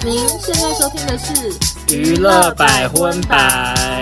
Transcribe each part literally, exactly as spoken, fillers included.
您现在收听的是娱乐百分百。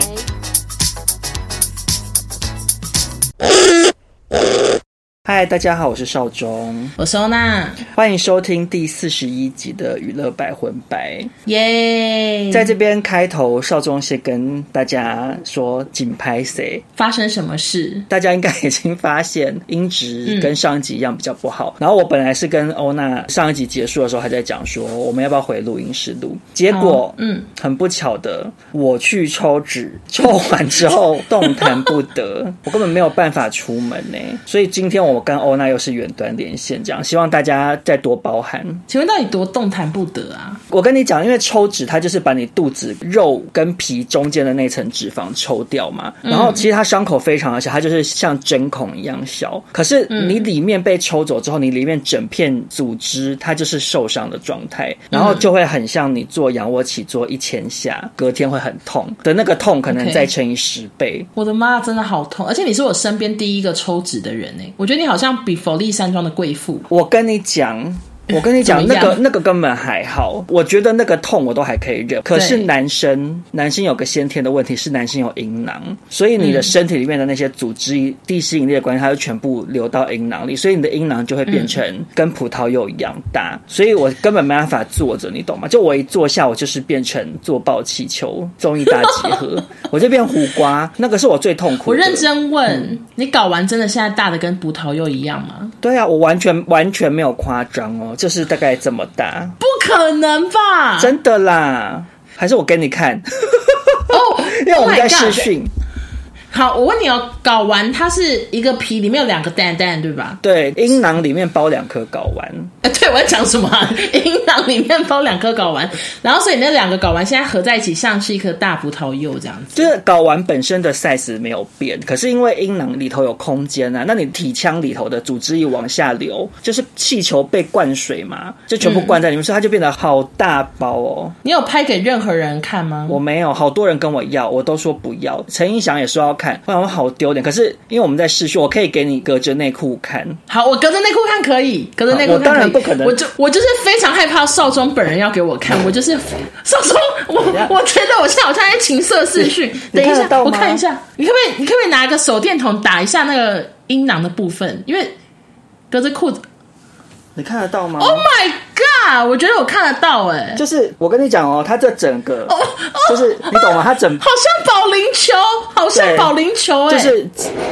嗨，大家好，我是少中， 我是欧娜， 欢迎收听第四十一集的娱乐百分百。 耶！ 在这边开头，少中先跟大家说紧拍谁发生什么事？大家应该已经发现音质跟上一集一样比较不好、嗯、然后我本来是跟欧娜上一集结束的时候还在讲说我们要不要回录音室录，结果、哦、嗯，很不巧的我去抽脂，抽完之后动弹不得我根本没有办法出门呢，所以今天我跟欧娜又是远端连线，这样希望大家再多包涵。 请问到底多动弹不得啊？ 我跟你讲，因为抽脂它就是把你肚子肉跟皮中间的那层脂肪抽掉嘛，然后其实它伤口非常的小，它就是像针孔一样小，可是你里面被抽走之后，你里面整片组织它就是受伤的状态，然后就会很像你做仰卧起坐一千下隔天会很痛的那个痛，可能再乘以十倍。 我的妈，真的好痛！而且你是我身边第一个抽脂的人耶，我觉得你好像比佛利山庄的贵妇。 我跟你讲我跟你讲，那个那个根本还好，我觉得那个痛我都还可以忍。可是男生，男生有个先天的问题是男生有阴囊，所以你的身体里面的那些组织地吸引力的关系，它就全部流到阴囊里，所以你的阴囊就会变成跟葡萄柚一样大。所以我根本没办法坐着，你懂吗？就我一坐下，我就是变成坐爆气球综艺大集合，我就变胡瓜，那个是我最痛苦的。 我认真问、嗯、你睾丸真的现在大的跟葡萄柚一样吗？ 对啊，我完全完全没有夸张哦，就是大概这么大。 不可能吧？ 真的啦，还是我给你看哦，因为我们在视讯。 好，我问你哦，睾丸它是一个皮里面有两个蛋蛋对吧？ 对，阴囊里面包两颗睾丸。 呃，对，我在讲什么、啊？阴囊里面包两颗睾丸，然后所以那两个睾丸现在合在一起，像是一颗大葡萄柚这样子。 就是睾丸本身的 size 没有变，可是因为阴囊里头有空间啊，那你体腔里头的组织一往下流，就是气球被灌水嘛，就全部灌在里面，嗯、所以它就变得好大包哦。 你有拍给任何人看吗？ 我没有，好多人跟我要，我都说不要。陈映祥也说要看，我想说好丢脸。可是因为我们在视讯，我可以给你隔着内裤看。 好，我隔着内裤看可以，隔着内裤看可以。我当然不可能， 我就我就是非常害怕少中本人要给我看，我就是少中，我我觉得我现在好像在情色视讯。等一下，我看一下，你可不可以，你可不可以拿个手电筒打一下那个阴囊的部分？因为隔着裤子， 你看得到吗 ？Oh my god！ 我觉得我看得到哎、欸， 就是我跟你讲哦，它这整个，哦哦、就是你懂吗？它整好像保龄球，好像保龄球哎、欸，就是。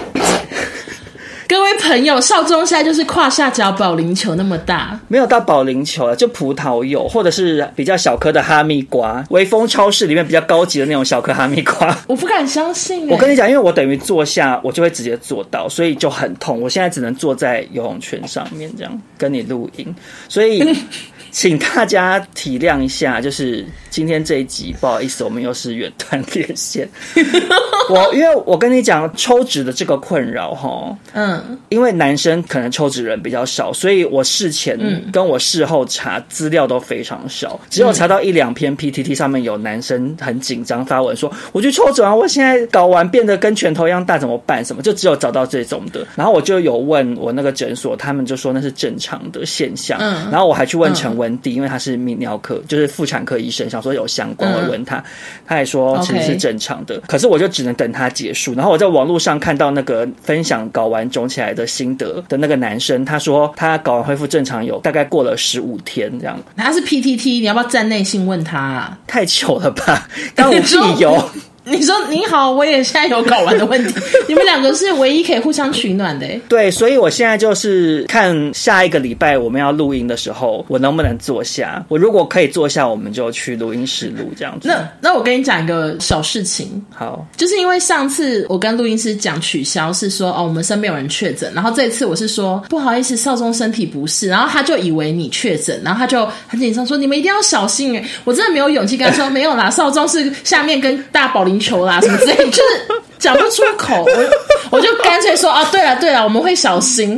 各位朋友，少中现在就是胯下脚保龄球那么大， 没有到保龄球了，就葡萄柚或者是比较小颗的哈密瓜，微风超市里面比较高级的那种小颗哈密瓜。 我不敢相信、欸、 我跟你讲，因为我等于坐下我就会直接坐到，所以就很痛，我现在只能坐在游泳圈上面这样跟你录音，所以请大家体谅一下，就是今天这一集不好意思，我们又是远端连线。我因为我跟你讲抽脂的这个困扰齁，嗯，因为男生可能抽脂人比较少，所以我事前跟我事后查资料都非常少，只有查到一两篇 P T T 上面有男生很紧张发文说我去抽脂完，我现在睾丸变得跟拳头一样大怎么办什么，就只有找到这种的。然后我就有问我那个诊所，他们就说那是正常的现象，嗯，然后我还去问陈文迪，因为他是泌尿科就是妇产科医生，想说有相关，我问他，他还说其实是正常的，可是我就只能等他结束。然后我在网络上看到那个分享睾丸肿起来的心得的那个男生，他说他睾丸恢复正常有大概过了十五天这样。 他是 P T T， 你要不要站内信问他啊？ 太糗了吧，当我屁油。 你说你好，我也现在有睾丸的问题，你们两个是唯一可以互相取暖的耶。 对，所以我现在就是看下一个礼拜我们要录音的时候，我能不能坐下？我如果可以坐下，我们就去录音室录这样子。 那那我跟你讲一个小事情， 好， 就是因为上次我跟录音师讲取消是说哦我们身边有人确诊，然后这一次我是说不好意思，少中身体不适，然后他就以为你确诊，然后他就很紧张说你们一定要小心耶。我真的没有勇气跟他说没有啦，少中是下面跟大保龄球啦什么之类，就是讲不出口，我我就干脆说啊，对了对了，我们会小心。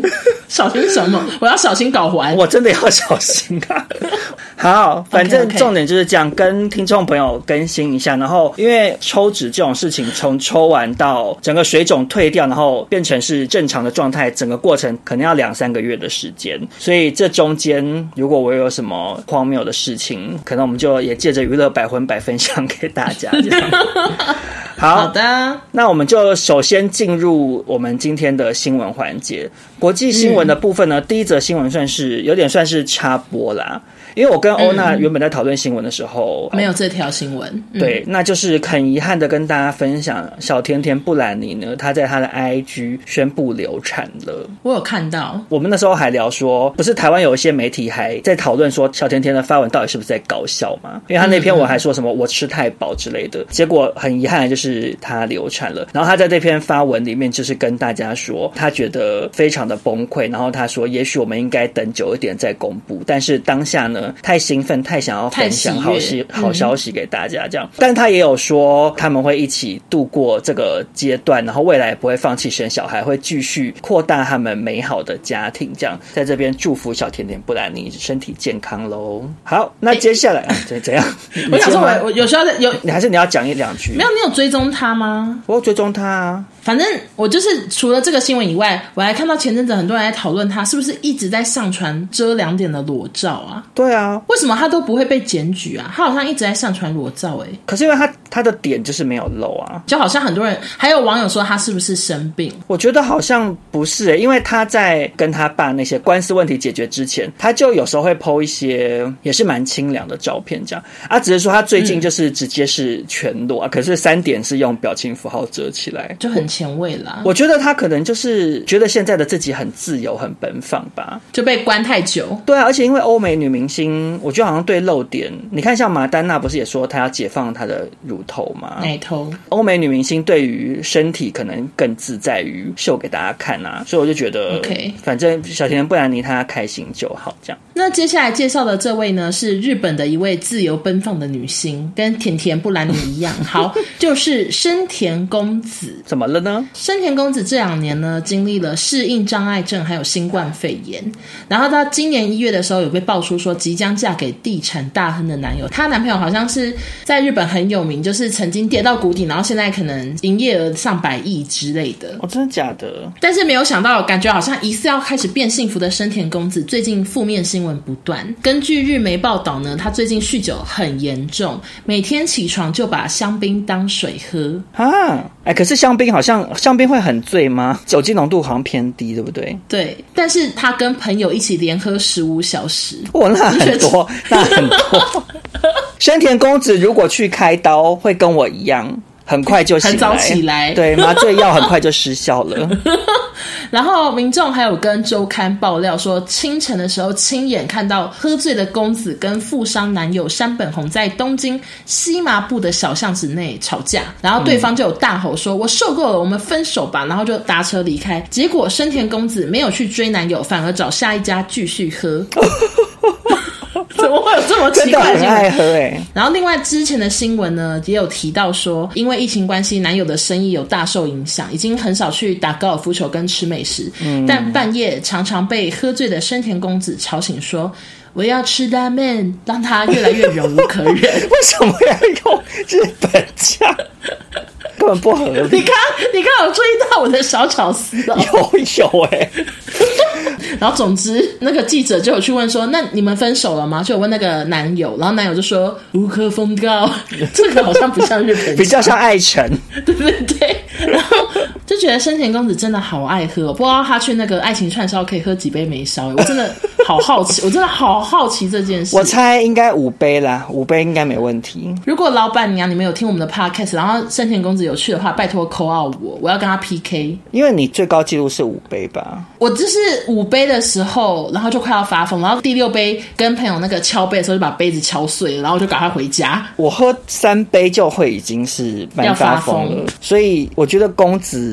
小心什么？我要小心搞完。 我真的要小心啊！好，反正重点就是这样，跟听众朋友更新一下。然后，因为抽脂这种事情，从抽完到整个水肿退掉，然后变成是正常的状态，整个过程可能要两三个月的时间。所以这中间，如果我有什么荒谬的事情，可能我们就也借着娱乐百分百分享给大家。这样好, 好的， 那我们就首先进入我们今天的新闻环节。国际新闻的部分呢，嗯、第一则新闻算是有点算是插播啦。因为我跟欧娜原本在讨论新闻的时候、 嗯、没有这条新闻、 嗯、对，那就是很遗憾的跟大家分享，小甜甜布兰妮呢，她在她的 I G 宣布流产了。 我有看到， 我们那时候还聊说，不是台湾有一些媒体还在讨论说小甜甜的发文到底是不是在搞笑嘛，因为她那篇我还说什么我吃太饱之类的、嗯、结果很遗憾的就是她流产了。然后她在这篇发文里面就是跟大家说她觉得非常的崩溃，然后她说也许我们应该等久一点再公布，但是当下呢太兴奋，太想要分享好事好消息给大家这样、嗯、但他也有说他们会一起度过这个阶段，然后未来也不会放弃生小孩，会继续扩大他们美好的家庭这样。在这边祝福小甜甜布兰妮身体健康咯。好，那接下来、欸啊、怎样我想说我我有需要有你还是你要讲一两句？ 没有，你有追踪他吗？ 我有追踪他啊。 反正我就是除了这个新闻以外，我还看到前阵子很多人在讨论他是不是一直在上传遮两点的裸照啊。 对啊， 为什么他都不会被检举啊？他好像一直在上传裸照欸。 可是因为他他的点就是没有漏啊， 就好像很多人还有网友说他是不是生病？ 我觉得好像不是欸，因为他在跟他爸那些官司问题解决之前，他就有时候会 po 一些也是蛮清凉的照片这样啊，只是说他最近就是直接是全裸啊、嗯、可是三点是用表情符号遮起来， 就很前卫啦。 我觉得他可能就是觉得现在的自己很自由很奔放吧， 就被关太久。 对啊，而且因为欧美女明星我觉得好像对露点，你看像马丹娜不是也说她要解放她的乳头吗？ 奶头。欧美女明星对于身体可能更自在于秀给大家看啊，所以我就觉得 OK， 反正小甜甜布兰妮她开心就好这样。 那接下来介绍的这位呢，是日本的一位自由奔放的女星，跟甜甜布兰妮一样好，就是深田恭子。 怎么了呢？ 深田恭子这两年呢，经历了适应障碍症还有新冠肺炎，然后到今年一月的时候有被爆出说即将嫁给地产大亨的男友，她男朋友好像是在日本很有名，就是曾经跌到谷底，然后现在可能营业额上百亿之类的。 哦，真的假的？ 但是没有想到，感觉好像疑似要开始变幸福的深田恭子，最近负面新闻不断。根据日媒报道呢，她最近酗酒很严重，每天起床就把香槟当水喝啊！哎，可是香槟好像香槟会很醉吗？酒精浓度好像偏低，对不对？ 对，但是他跟朋友一起连喝十五小时。 哇，那很多，那很多。深田恭子如果去开刀，会跟我一样，很快就醒来， 很早起来， 对，麻醉药很快就失效了。 然后民众还有跟周刊爆料说，清晨的时候亲眼看到喝醉的公子跟富商男友山本弘在东京西麻布的小巷子内吵架，然后对方就有大吼说、嗯、我受够了，我们分手吧，然后就搭车离开。结果深田恭子没有去追男友，反而找下一家继续喝。怎么会有这么奇怪的新闻？真的很爱喝欸。然后另外之前的新闻呢，也有提到说，因为疫情关系，男友的生意有大受影响，已经很少去打高尔夫球跟吃美食、嗯、但半夜常常被喝醉的深田恭子吵醒说我要吃拉面，让他越来越忍无可忍。 为什么要用日本腔？根本不合理。 你刚你刚有注意到我的小巧思哦？ 有有哎、欸。 然后总之那个记者就有去问说，那你们分手了吗？就有问那个男友，然后男友就说无可奉告。这个好像不像日本， 比较像爱城。 对对对。然后就觉得深田恭子真的好爱喝、哦、不知道他去那个爱情串烧可以喝几杯梅烧，我真的好好奇。我真的好好奇这件事。 我猜应该五杯啦，五杯应该没问题。 如果老板娘你们有听我们的 podcast， 然后深田恭子有去的话，拜托 call out 我，我要跟他 P K。 因为你最高纪录是五杯吧？ 我就是五杯的时候然后就快要发疯，然后第六杯跟朋友那个敲杯的时候就把杯子敲碎了，然后就赶快回家。 我喝三杯就会已经是蛮发疯了，所以我觉得公子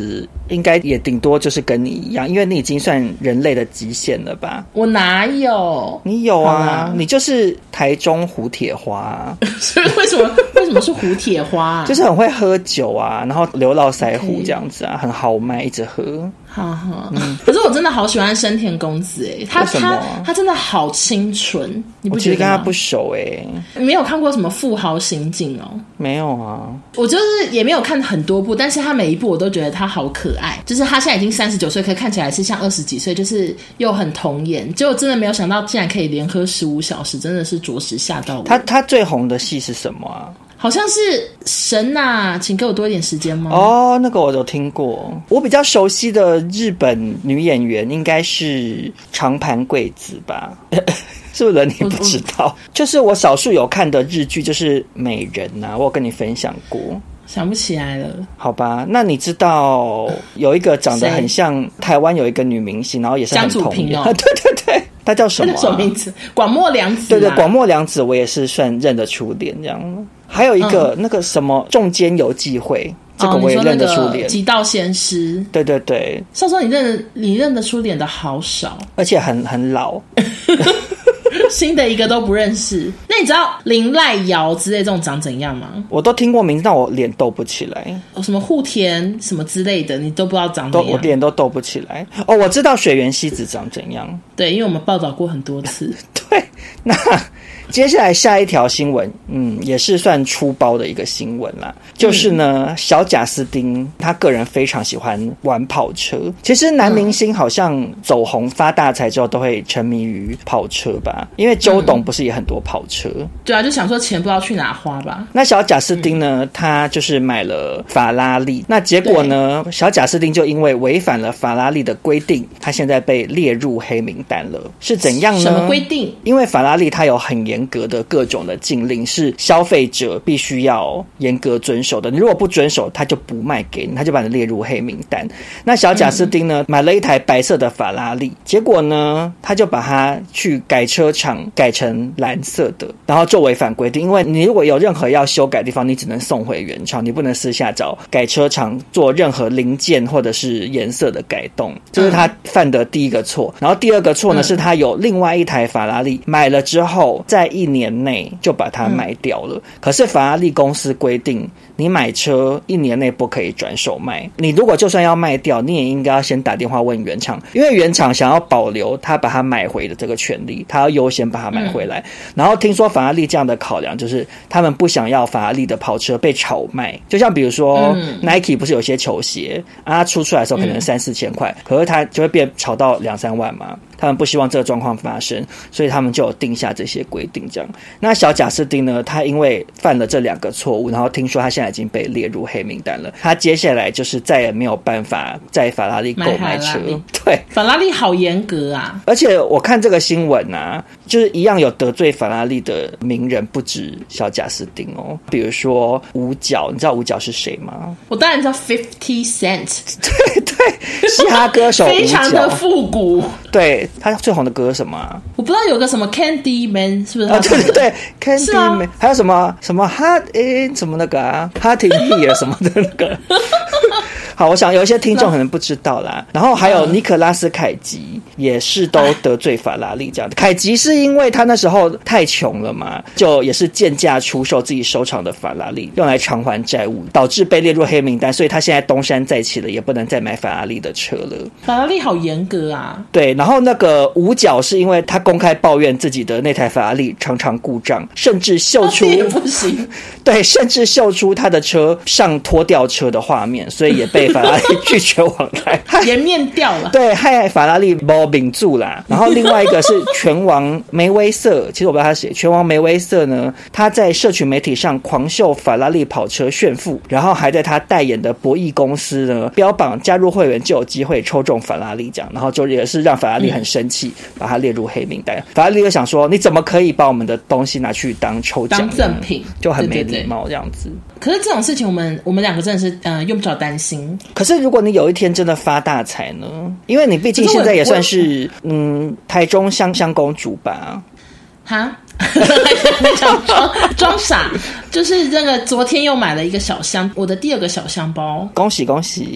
应该也顶多就是跟你一样，因为你已经算人类的极限了吧？ 我哪有？ 你有啊，你就是台中胡铁花、啊。 所以为什么为什么是胡铁花、啊？ 就是很会喝酒啊，然后流络腮胡这样子啊， okay. 很豪迈，一直喝。 好好、嗯，可是我真的好喜欢深田恭子哎、欸，他他他真的好清纯，你不觉得吗？我其实跟他不熟哎、 欸，没有看过什么富豪刑警哦？ 没有啊， 我就是也没有看很多部，但是他每一部我都觉得他好可爱，就是他现在已经三十九岁，可看起来是像二十几岁，就是又很童颜，结果真的没有想到竟然可以连喝十五小时，真的是着实吓到我。 他他最红的戏是什么啊？ 好像是神啊，请给我多一点时间吗？ 哦，那个我有听过。我比较熟悉的日本女演员应该是长盘贵子吧？是不是你不知道？就是我少数有看的日剧，就是美人啊，我有跟你分享过。 想不起来了。 好吧，那你知道有一个长得很像台湾有一个女明星，然后也是很童颜、哦、对对对，她叫什么、啊？ 她叫什么名字？广末凉子、啊。 对对，广末凉子我也是算认得出脸这样。还有一个、嗯、那个什么仲间由纪惠，这个我也认得出脸。极道鲜师。对对对。少说你认你认得出脸的好少， 而且很很老。 新的一个都不认识。那你知道林濑遥之类这种长怎样吗？ 我都听过名字，但我脸斗不起来。 哦，什么户田什么之类的，你都不知道长怎样。 我脸都斗不起来。哦，我知道水原希子长怎样。 对，因为我们报道过很多次。 对，那接下来下一条新闻，嗯，也是算出包的一个新闻啦。就是呢，嗯、小贾斯汀他个人非常喜欢玩跑车。其实男明星好像走红发大财之后都会沉迷于跑车吧，因为周董不是也很多跑车？嗯、 对啊，就想说钱不知道去哪花吧。 那小贾斯汀呢，嗯、他就是买了法拉利，那结果呢，小贾斯汀就因为违反了法拉利的规定，他现在被列入黑名单了。是怎样呢？ 什么规定？ 因为法拉利它有很严格的各种的禁令，是消费者必须要严格遵守的。你如果不遵守，他就不卖给你，他就把你列入黑名单。那小贾斯汀呢，嗯、买了一台白色的法拉利，结果呢，他就把它去改车厂改成蓝色的，然后就违反规定。因为你如果有任何要修改的地方，你只能送回原厂，你不能私下找改车厂做任何零件或者是颜色的改动。这、就是他犯的第一个错。然后第二个错呢，嗯、是他有另外一台法拉利买了之后，在一年内就把它卖掉了。嗯、可是法拉利公司规定，你买车一年内不可以转手卖。你如果就算要卖掉，你也应该要先打电话问原厂，因为原厂想要保留他把它买回的这个权利，他要优先把它买回来。嗯、然后听说法拉利这样的考量，就是他们不想要法拉利的跑车被炒卖。就像比如说、嗯、Nike 不是有些球鞋啊，它出出来的时候可能三四千块，可是它就会变炒到两三万嘛。他们不希望这个状况发生，所以他们就有定下这些规定这样。那小贾斯汀呢，他因为犯了这两个错误，然后听说他现在已经被列入黑名单了，他接下来就是再也没有办法在法拉利购买车。对， 法拉利好严格啊。 而且我看这个新闻啊，就是一样有得罪法拉利的名人不止小贾斯汀哦，比如说五角，你知道五角是谁吗？ 我当然知道 fifty cent。 对对，嘻哈歌手非常的复古。 对，他最红的歌是什么、啊？我不知道有个什么 Candy Man 是不是他？ 啊，对对对 ，Candy Man，、啊、还有什么什么 Hot in 什么那个啊 ，Hot in Here 什么的那个。好，我想有一些听众可能不知道啦。然后还有尼可拉斯凯吉也是都得罪法拉利这样的。凯吉是因为他那时候太穷了嘛，就也是贱价出售自己收藏的法拉利，用来偿还债务，导致被列入黑名单。所以他现在东山再起了，也不能再买法拉利的车了。 法拉利好严格啊。 对，然后那个五角是因为他公开抱怨自己的那台法拉利常常故障，甚至秀出不行， 对，甚至秀出他的车上拖吊车的画面，所以也被法拉利拒绝往来， 颜面掉了。 对，害法拉利没秉住啦。然后另外一个是拳王梅威瑟，其实我不知道他是谁。拳王梅威瑟呢，他在社群媒体上狂秀法拉利跑车炫富，然后还在他代言的博弈公司呢标榜加入会员就有机会抽中法拉利这样，然后就也是让法拉利很生气，嗯、把他列入黑名单。法拉利就想说，你怎么可以把我们的东西拿去当抽奖、 当赠品， 就很没礼貌这样子。 对对对，可是这种事情，我们我们两个真的是呃用不着担心。 可是如果你有一天真的发大财呢？因为你毕竟现在也算是嗯台中香香公主吧？ 哈，那讲装装傻，就是那个昨天又买了一个小箱，我的第二个小香包。 恭喜恭喜！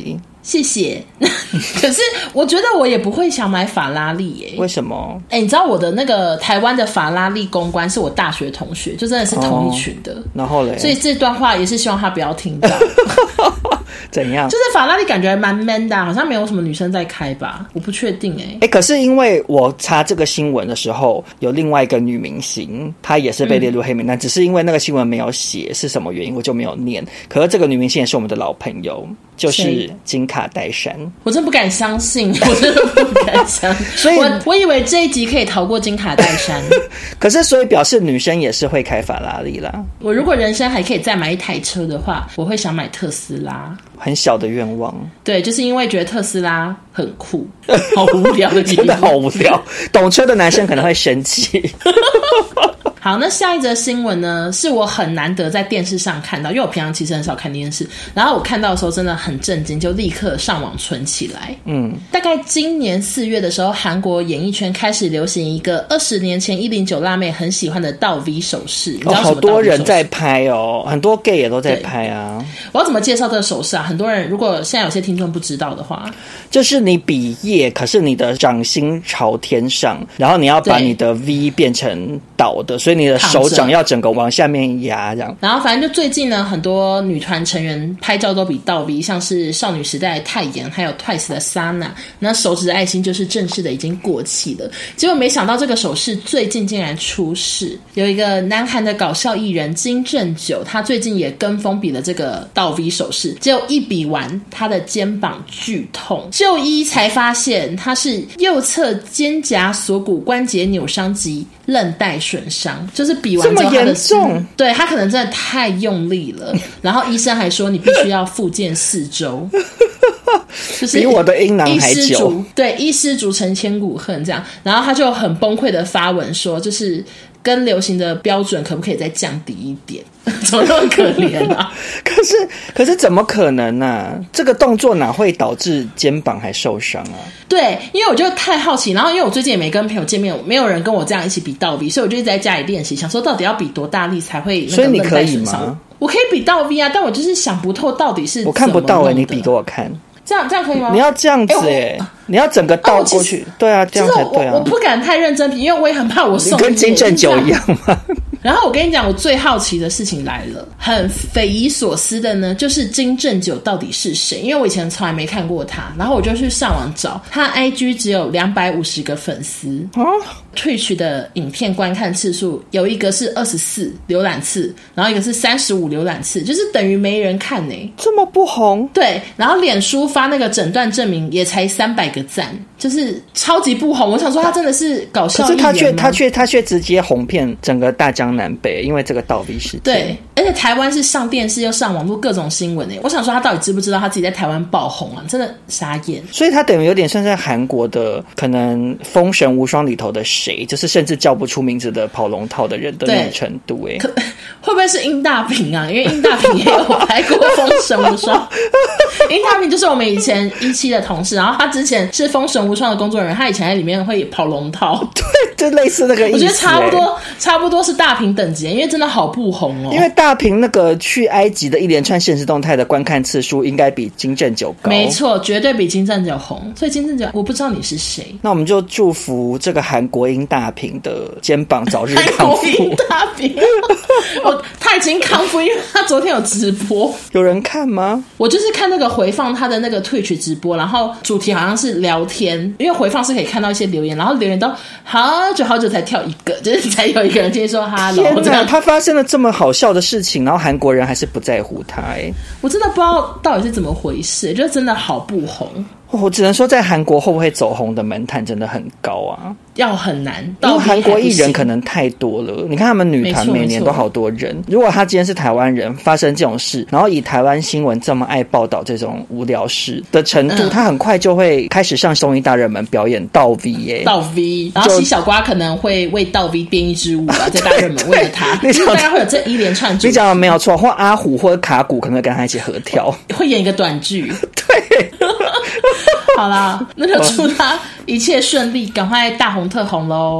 谢谢。可是我觉得我也不会想买法拉利耶。 为什么？ 哎、欸，你知道我的那个台湾的法拉利公关是我大学同学，就真的是同一群的。哦、 然后嘞， 所以这段话也是希望他不要听到。 怎样？ 就是法拉利感觉还蛮 man 的、啊，好像没有什么女生在开吧？我不确定哎、欸。 哎、欸，可是因为我查这个新闻的时候，有另外一个女明星，她也是被列入黑名单、嗯，只是因为那个新闻没有写是什么原因，我就没有念。可是这个女明星也是我们的老朋友，就是金卡戴珊。 我真不敢相信，我真的不敢相信。所以我我以为这一集可以逃过金卡戴珊。 可是所以表示女生也是会开法拉利啦。 我如果人生还可以再买一台车的话，我会想买特斯拉。 很小的愿望， 对，就是因为觉得特斯拉很酷，好无聊的真的好无聊，懂车的男生可能会生气。 好，那下一则新闻呢，是我很难得在电视上看到，因为我平常其实很少看电视，然后我看到的时候真的很震惊，就立刻上网存起来。嗯，大概今年四月的时候，韩国演艺圈开始流行一个二十年前一零九辣妹很喜欢的倒 V 手势，你知道什么倒 V 手势？哦，好多人在拍哦，很多 gay 也都在拍啊。 我要怎么介绍这个手势啊？很多人如果现在有些听众不知道的话， 就是你比耶，可是你的掌心朝天上，然后你要把你的 V 变成倒的，所以你的手掌要整个往下面压，这样。 然后反正就最近呢，很多女团成员拍照都比倒 V， 像是少女时代的泰妍，还有 Twice 的 Sana， 那手指的爱心就是正式的已经过气了。结果没想到这个手势最近竟然出事，有一个南韩的搞笑艺人金正九，他最近也跟风比了这个倒 V 手势，结果一比完，他的肩膀剧痛，就医才发现他是右侧肩胛锁骨关节扭伤及韧带损伤，就是比完之后他的这么严重， 对，他可能真的太用力了，然后医生还说你必须要复健四周。就是比我的阴囊还久， 对，一失足成千古恨这样，然后他就很崩溃的发文说，就是跟流行的标准可不可以再降低一点？怎么那么可怜啊？ 可是可是怎么可能啊？这个动作哪会导致肩膀还受伤啊？ 对，因为我就太好奇，然后因为我最近也没跟朋友见面，没有人跟我这样一起比倒 V， 所以我就一直在家里练习，想说到底要比多大力才会那个韧带损伤。我可以比倒 V 啊，但我就是想不透到底是怎么弄的。 我看不到哎、欸，你比给我看。 这样这样可以吗？ 你要这样子哎、欸欸，你要整个倒过去，对啊，这样才对啊。 我, 我不敢太认真比，因为我也很怕我送。 你跟金正九一样吗？ 然后我跟你讲，我最好奇的事情来了，很匪夷所思的呢，就是金正九到底是谁？因为我以前从来没看过他，然后我就去上网找，他 I G 只有两百五十个粉丝啊 ，Twitch 的影片观看次数有一个是二十四浏览次，然后一个是三十五浏览次，就是等于没人看呢、欸， 这么不红？ 对，然后脸书发那个诊断证明也才三百个赞，就是超级不红。我想说他真的是搞笑艺人吗？ 可是他却他却他却直接红遍整个大江南北，因为这个倒 V 事件。 对，而且台湾是上电视又上网络各种新闻诶。我想说他到底知不知道他自己在台湾爆红啊？真的傻眼。 所以他等于有点算是韩国的可能《封神无双》里头的谁，就是甚至叫不出名字的跑龙套的人的那种程度诶。 会不会是殷大平啊？因为殷大平也有拍过《封神无双》。殷大平就是我们以前一期的同事，然后他之前是《封神无双》的工作人员，他以前在里面会跑龙套。 对，就类似那个意思。 我觉得差不多，差不多是大平等级，因为真的好不红哦。 因为大平那个去埃及的一连串现实动态的观看次数，应该比金正九高。 没错，绝对比金正九红。所以金正九，我不知道你是谁。 那我们就祝福这个韩国殷大平的肩膀早日康复。 韩国殷大平，我他已经康复，因为他昨天有直播。 有人看吗？ 我就是看那个回放他的那个 Twitch 直播，然后主题好像是聊天，因为回放是可以看到一些留言，然后留言都好久好久才跳一个，就是才有一个人进去说 hello。 天哪，他发生了这么好笑的事情，然后韩国人还是不在乎他哎、欸， 我真的不知道到底是怎么回事，就真的好不红。 我只能说，在韩国会不会走红的门槛真的很高啊， 要很难。 因为韩国艺人可能太多了，你看他们女团每年都好多人。如果他今天是台湾人，发生这种事，然后以台湾新闻这么爱报道这种无聊事的程度，嗯、他很快就会开始上综艺大热门表演倒 V 耶、欸， 倒 V， 然后西小瓜可能会为倒 V 编一支舞啊，在大热门为了他，大概会有这一连串。 你讲的没有错，或阿虎或者卡古可能会跟他一起合跳， 会演一个短剧。 对。 好啦，那就祝他一切顺利，赶快大红特红咯。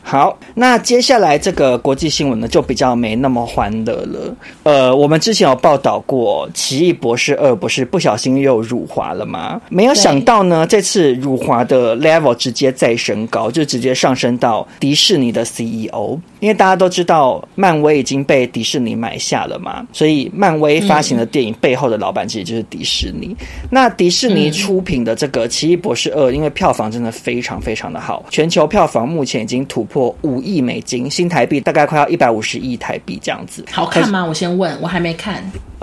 好，那接下来这个国际新闻呢，就比较没那么欢乐了。呃，我们之前有报道过，《奇异博士二》不是不小心又辱华了吗？没有想到呢，这次辱华的 level 直接再升高，就直接上升到迪士尼的 C E O。因为大家都知道，漫威已经被迪士尼买下了嘛，所以漫威发行的电影背后的老板其实就是迪士尼。嗯、那迪士尼出品的这个《奇异博士二》，因为票房真的非常非常的好，全球票房目前已经突破五亿美金，新台币大概快要一百五十亿台币这样子。 好看吗？我先问，我还没看。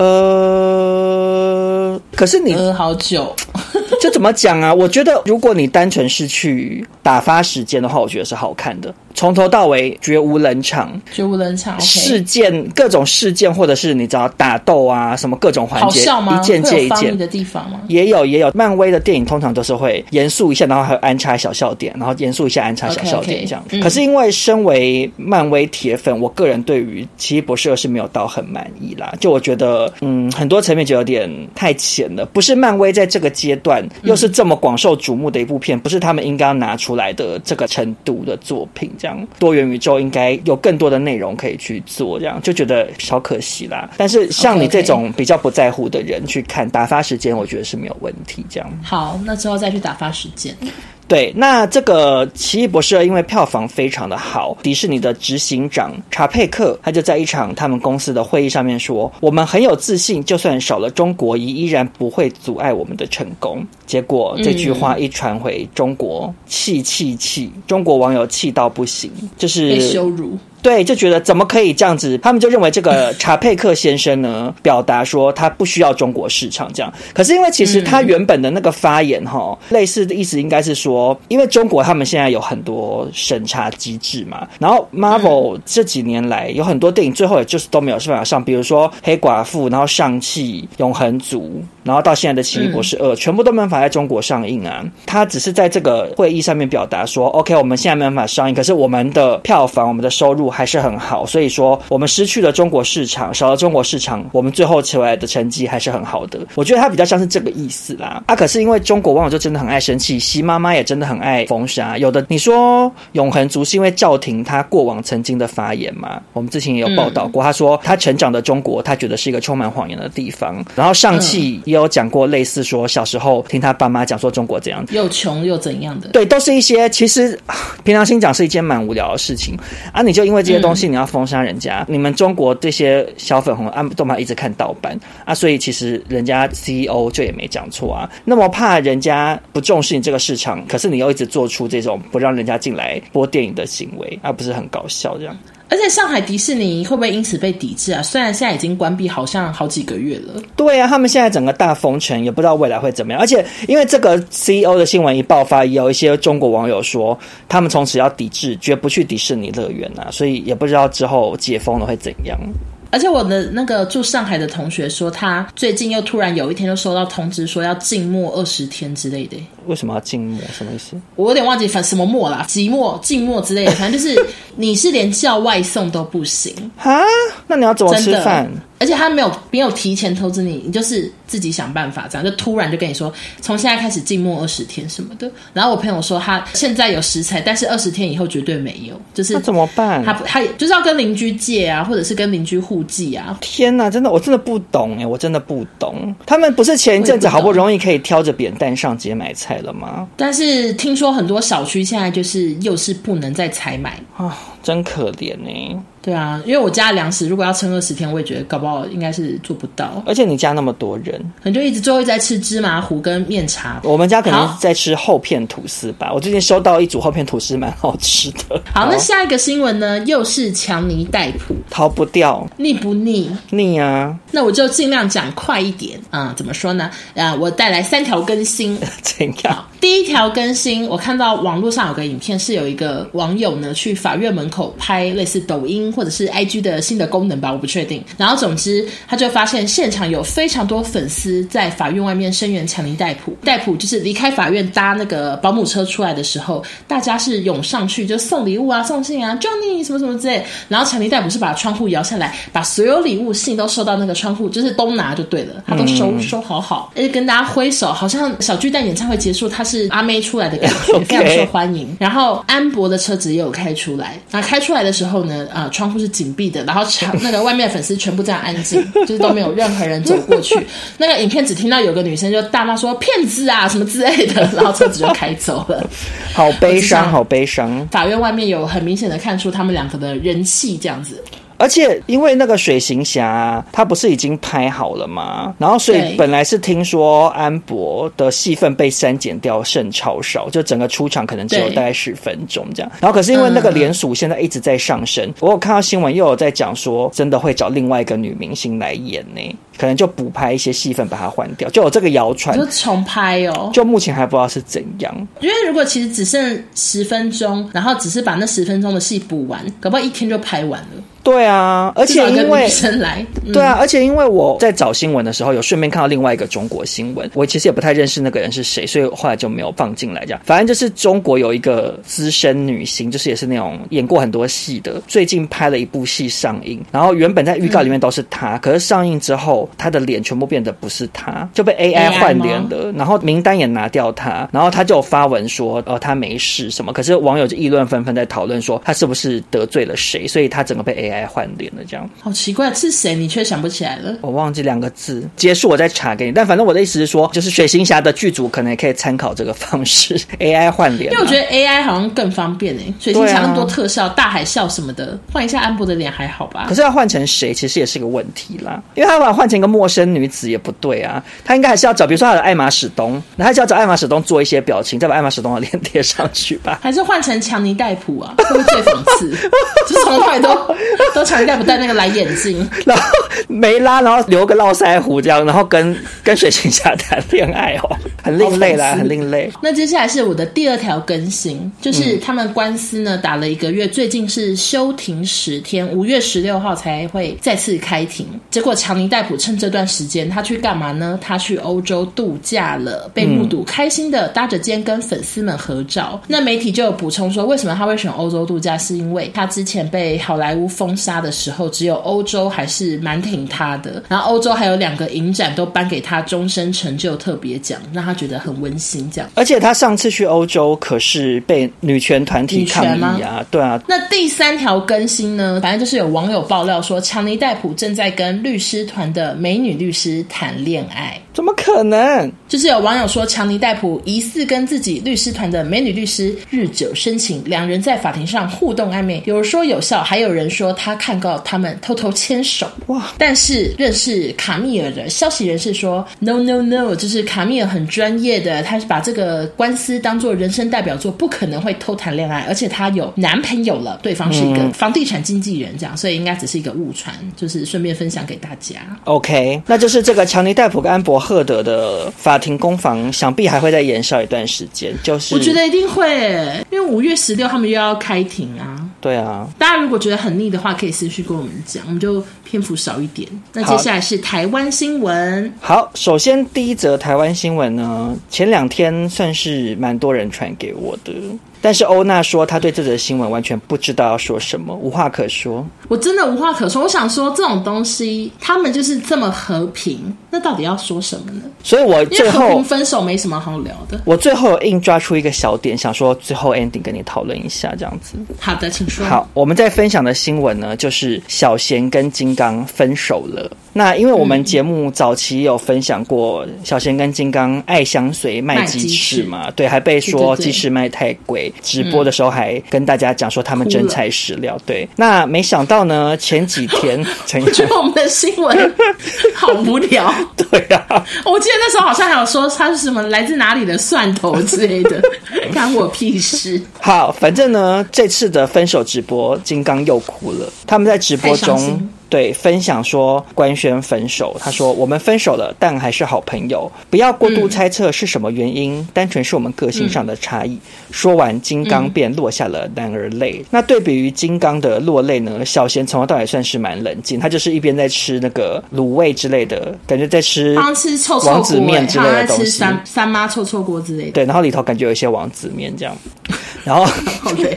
呃，可是你呃好久， 就怎么讲啊？我觉得如果你单纯是去打发时间的话，我觉得是好看的。从头到尾绝无冷场， 绝无冷场。Okay、 事件各种事件，或者是你知道打斗啊，什么各种环节， 好笑吗？ 一件接一件的地方吗？ 也有也有。漫威的电影通常都是会严肃一下，然后还有安插小笑点，然后严肃一下安插小笑点这样。Okay, okay, 可是因为身为漫威铁粉，我个人对于《奇异博士二》是没有到很满意啦。就我觉得，嗯，很多层面就有点太浅了，不是漫威在这个阶段又是这么广受瞩目的一部片，不是他们应该要拿出来的这个程度的作品。这样多元宇宙应该有更多的内容可以去做，这样就觉得小可惜啦。但是像你这种比较不在乎的人去看打发时间，我觉得是没有问题。这样好，那之后再去打发时间。 对，那这个《奇异博士二》因为票房非常的好，迪士尼的执行长查佩克他就在一场他们公司的会议上面说，我们很有自信，就算少了中国也依然不会阻碍我们的成功。结果这句话一传回中国，气气气，中国网友气到不行，就是被羞辱。 对，就觉得怎么可以这样子，他们就认为这个查佩克先生呢表达说他不需要中国市场这样。可是因为其实他原本的那个发言齁、嗯、类似的意思应该是说，因为中国他们现在有很多审查机制嘛，然后 Marvel 这几年来有很多电影最后也就是都没有办法上，比如说黑寡妇，然后上汽、永恒族，然后到现在的奇异博士二、嗯、全部都没办法在中国上映啊。他只是在这个会议上面表达说 OK 我们现在没办法上映，可是我们的票房我们的收入还是很好，所以说我们失去了中国市场，少了中国市场，我们最后出来的成绩还是很好的。我觉得他比较像是这个意思啦。啊，可是因为中国网友就真的很爱生气，习妈妈也真的很爱封杀。有的你说永恒族是因为赵婷他过往曾经的发言嘛，我们之前也有报道过，他说他成长的中国他觉得是一个充满谎言的地方。然后上汽也有讲过类似说小时候听他爸妈讲说中国怎样又穷又怎样的， 对，都是一些其实平常心讲是一件蛮无聊的事情啊。你就因为这些东西你要封杀人家、嗯、你们中国这些小粉红啊都嘛一直看盗版啊，所以其实人家 C E O 就也没讲错啊。那么怕人家不重视你这个市场，可是你又一直做出这种不让人家进来播电影的行为啊，不是很搞笑这样。 而且上海迪士尼会不会因此被抵制啊？虽然现在已经关闭好像好几个月了。 对啊，他们现在整个大封城，也不知道未来会怎么样。而且因为这个 C E O 的新闻一爆发，也有一些中国网友说他们从此要抵制，绝不去迪士尼乐园啊，所以也不知道之后解封了会怎样。 而且我的那个住上海的同学说，他最近又突然有一天就收到通知说要静默二十天之类的。 为什么要静默？什么意思？ 我有点忘记反什么默啦，寂寞、静默之类的，反正就是你是连叫外送都不行哈？那你要怎么吃饭？ 而且他没有没有提前通知你，你就是自己想办法，这样就突然就跟你说从现在开始静默二十天什么的。然后我朋友说他现在有食材，但是二十天以后绝对没有，就是那怎么办？ 他他就是要跟邻居借啊，或者是跟邻居互寄啊。 天哪，真的我真的不懂哎，我真的不懂。他们不是前一阵子好不容易可以挑着扁担上街买菜了吗？ 但是听说很多小区现在就是又是不能再采买啊，真可怜哎。 对啊，因为我家粮食如果要撑二十天，我也觉得搞不好应该是做不到。 而且你家那么多人， 可能就一直最后一直在吃芝麻糊跟面茶。 我们家可能在吃厚片吐司吧。我最近收到一组厚片吐司，蛮好吃的。 好，好那下一个新闻呢，又是强尼戴普， 逃不掉， 腻不腻？ 腻啊！ 那我就尽量讲快一点啊、嗯。怎么说呢？啊，我带来三条更新。 怎样？ 第一条更新，我看到网络上有个影片，是有一个网友呢去法院门口拍类似抖音或者是 I G 的新的功能吧，我不确定。然后总之他就发现现场有非常多粉丝在法院外面声援强尼戴普。戴普就是离开法院搭那个保姆车出来的时候，大家是涌上去就送礼物啊送信啊 Johnny 什么什么之类。然后强尼戴普是把窗户摇下来，把所有礼物信都收到那个窗户，就是都拿就对了，他都收、嗯、收好好，而且跟大家挥手，好像小巨蛋演唱会结束他是阿妹出来的感觉，非常受欢迎。然后安博的车子也有开出来，然后开出来的时候呢，呃，窗户是紧闭的，然后那个外面的粉丝全部这样安静，就是都没有任何人走过去。那个影片只听到有个女生就大骂说骗子啊什么之类的，然后车子就开走了。 好悲伤好悲伤。 法院外面有很明显的看出他们两个的人气这样子。 而且因为那个水行侠他不是已经拍好了吗？然后所以本来是听说安博的戏份被删减掉甚超少，就整个出场可能只有大概十分钟这样。然后可是因为那个联署现在一直在上升、嗯、我有看到新闻又有在讲说真的会找另外一个女明星来演呢，可能就补拍一些戏份把它换掉，就有这个谣传。 就重拍哦， 就目前还不知道是怎样。 因为如果其实只剩十分钟，然后只是把那十分钟的戏补完，搞不好一天就拍完了。 对啊，而且因为女生来、嗯、 对啊，而且因为我在找新闻的时候有顺便看到另外一个中国新闻，我其实也不太认识那个人是谁，所以后来就没有放进来这样。反正就是中国有一个资深女星，就是也是那种演过很多戏的，最近拍了一部戏上映，然后原本在预告里面都是她、嗯、可是上映之后她的脸全部变得不是她，就被 A I 换脸的，然后名单也拿掉她，然后她就有发文说呃她没事什么，可是网友就议论纷纷在讨论说她是不是得罪了谁，所以她整个被 A I 换脸了这样。 好奇怪，是谁你却想不起来了？ 我忘记两个字，结束我再查给你。但反正我的意思是说，就是水行侠的剧组可能也可以参考这个方式 A I 换脸、啊、 因为我觉得 A I 好像更方便耶，水行侠那么多特效、啊、大海啸什么的，换一下安博的脸还好吧。 可是要换成谁其实也是个问题啦，因为他把它换成一个陌生女子也不对啊，他应该还是要找比如说他的艾玛史东，然后他就要找艾玛史东做一些表情，再把艾玛史东的脸贴上去吧。 还是换成强尼戴普啊，会不会最讽刺？就从来都都强尼戴普戴那个蓝眼镜， 然后没拉，然后留个络腮胡这样，然后跟跟水行侠谈恋爱哦，很另类啦，很另类。 那接下来是我的第二条更新，就是他们官司呢打了一个月，最近是休庭十天，五月十六号才会再次开庭。结果强尼戴普趁这段时间他去干嘛呢？他去欧洲度假了，被目睹开心的搭着肩跟粉丝们合照、嗯、那媒体就有补充说为什么他会选欧洲度假，是因为他之前被好莱坞封杀的时候只有欧洲还是蛮挺他的，然后欧洲还有两个影展都颁给他终身成就特别奖，让他觉得很温馨这样。 而且他上次去欧洲可是被女权团体抗议啊，对啊。 那第三条更新呢，反正就是有网友爆料说强尼戴普正在跟律师团的美女律师谈恋爱。 怎么可能？ 就是有网友说强尼戴普疑似跟自己律师团的美女律师日久生情，两人在法庭上互动暧昧，有人说有效，还有人说他看到他们偷偷牵手。哇！但是认识卡密尔的消息人士说 no no no， 就是卡密尔很专业的，他把这个官司当作人生代表作，不可能会偷谈恋爱，而且他有男朋友了，对方是一个房地产经纪人这样，所以应该只是一个误传，就是顺便分享给大家。 OK， 那就是这个强尼戴普跟安博赫德的法庭攻防想必还会再延烧一段时间，就是我觉得一定会耶，因为五月十六他们又要开庭啊。 对啊， 大家如果觉得很腻的话可以私讯跟我们讲，我们就篇幅少一点。那接下来是台湾新闻。 好，首先第一则台湾新闻呢，前两天算是蛮多人传给我的，但是欧娜说她对这则新闻完全不知道要说什么，无话可说。 我真的无话可说，我想说这种东西他们就是这么和平，那到底要说什么呢？ 所以我最后因为和平分手没什么好聊的， 我最后有硬抓出一个小点，想说最后 ending 跟你讨论一下这样子。 好的，请说。 好，我们在分享的新闻呢，就是小贤跟金刚分手了。那因为我们节目早期有分享过小贤跟金刚爱相随卖鸡翅嘛，对，还被说鸡翅卖太贵，直播的时候还跟大家讲说他们真材实料。对，那没想到呢，前几天我觉得我们的新闻好无聊。 对啊， 我记得那时候好像还有说他是什么来自哪里的蒜头之类的，干我屁事。好， 反正呢，这次的分手直播，金刚又哭了。他们在直播中。 对，分享说官宣分手，他说我们分手了，但还是好朋友，不要过度猜测是什么原因，嗯、单纯是我们个性上的差异。嗯、说完，金刚便落下了男儿泪。嗯、那对比于金刚的落泪呢，小贤从头到尾算是蛮冷静，他就是一边在吃那个卤味之类的，感觉在吃王子面之类的东西， 三三妈臭臭锅之类的。 对，然后里头感觉有一些王子面这样，然后好累。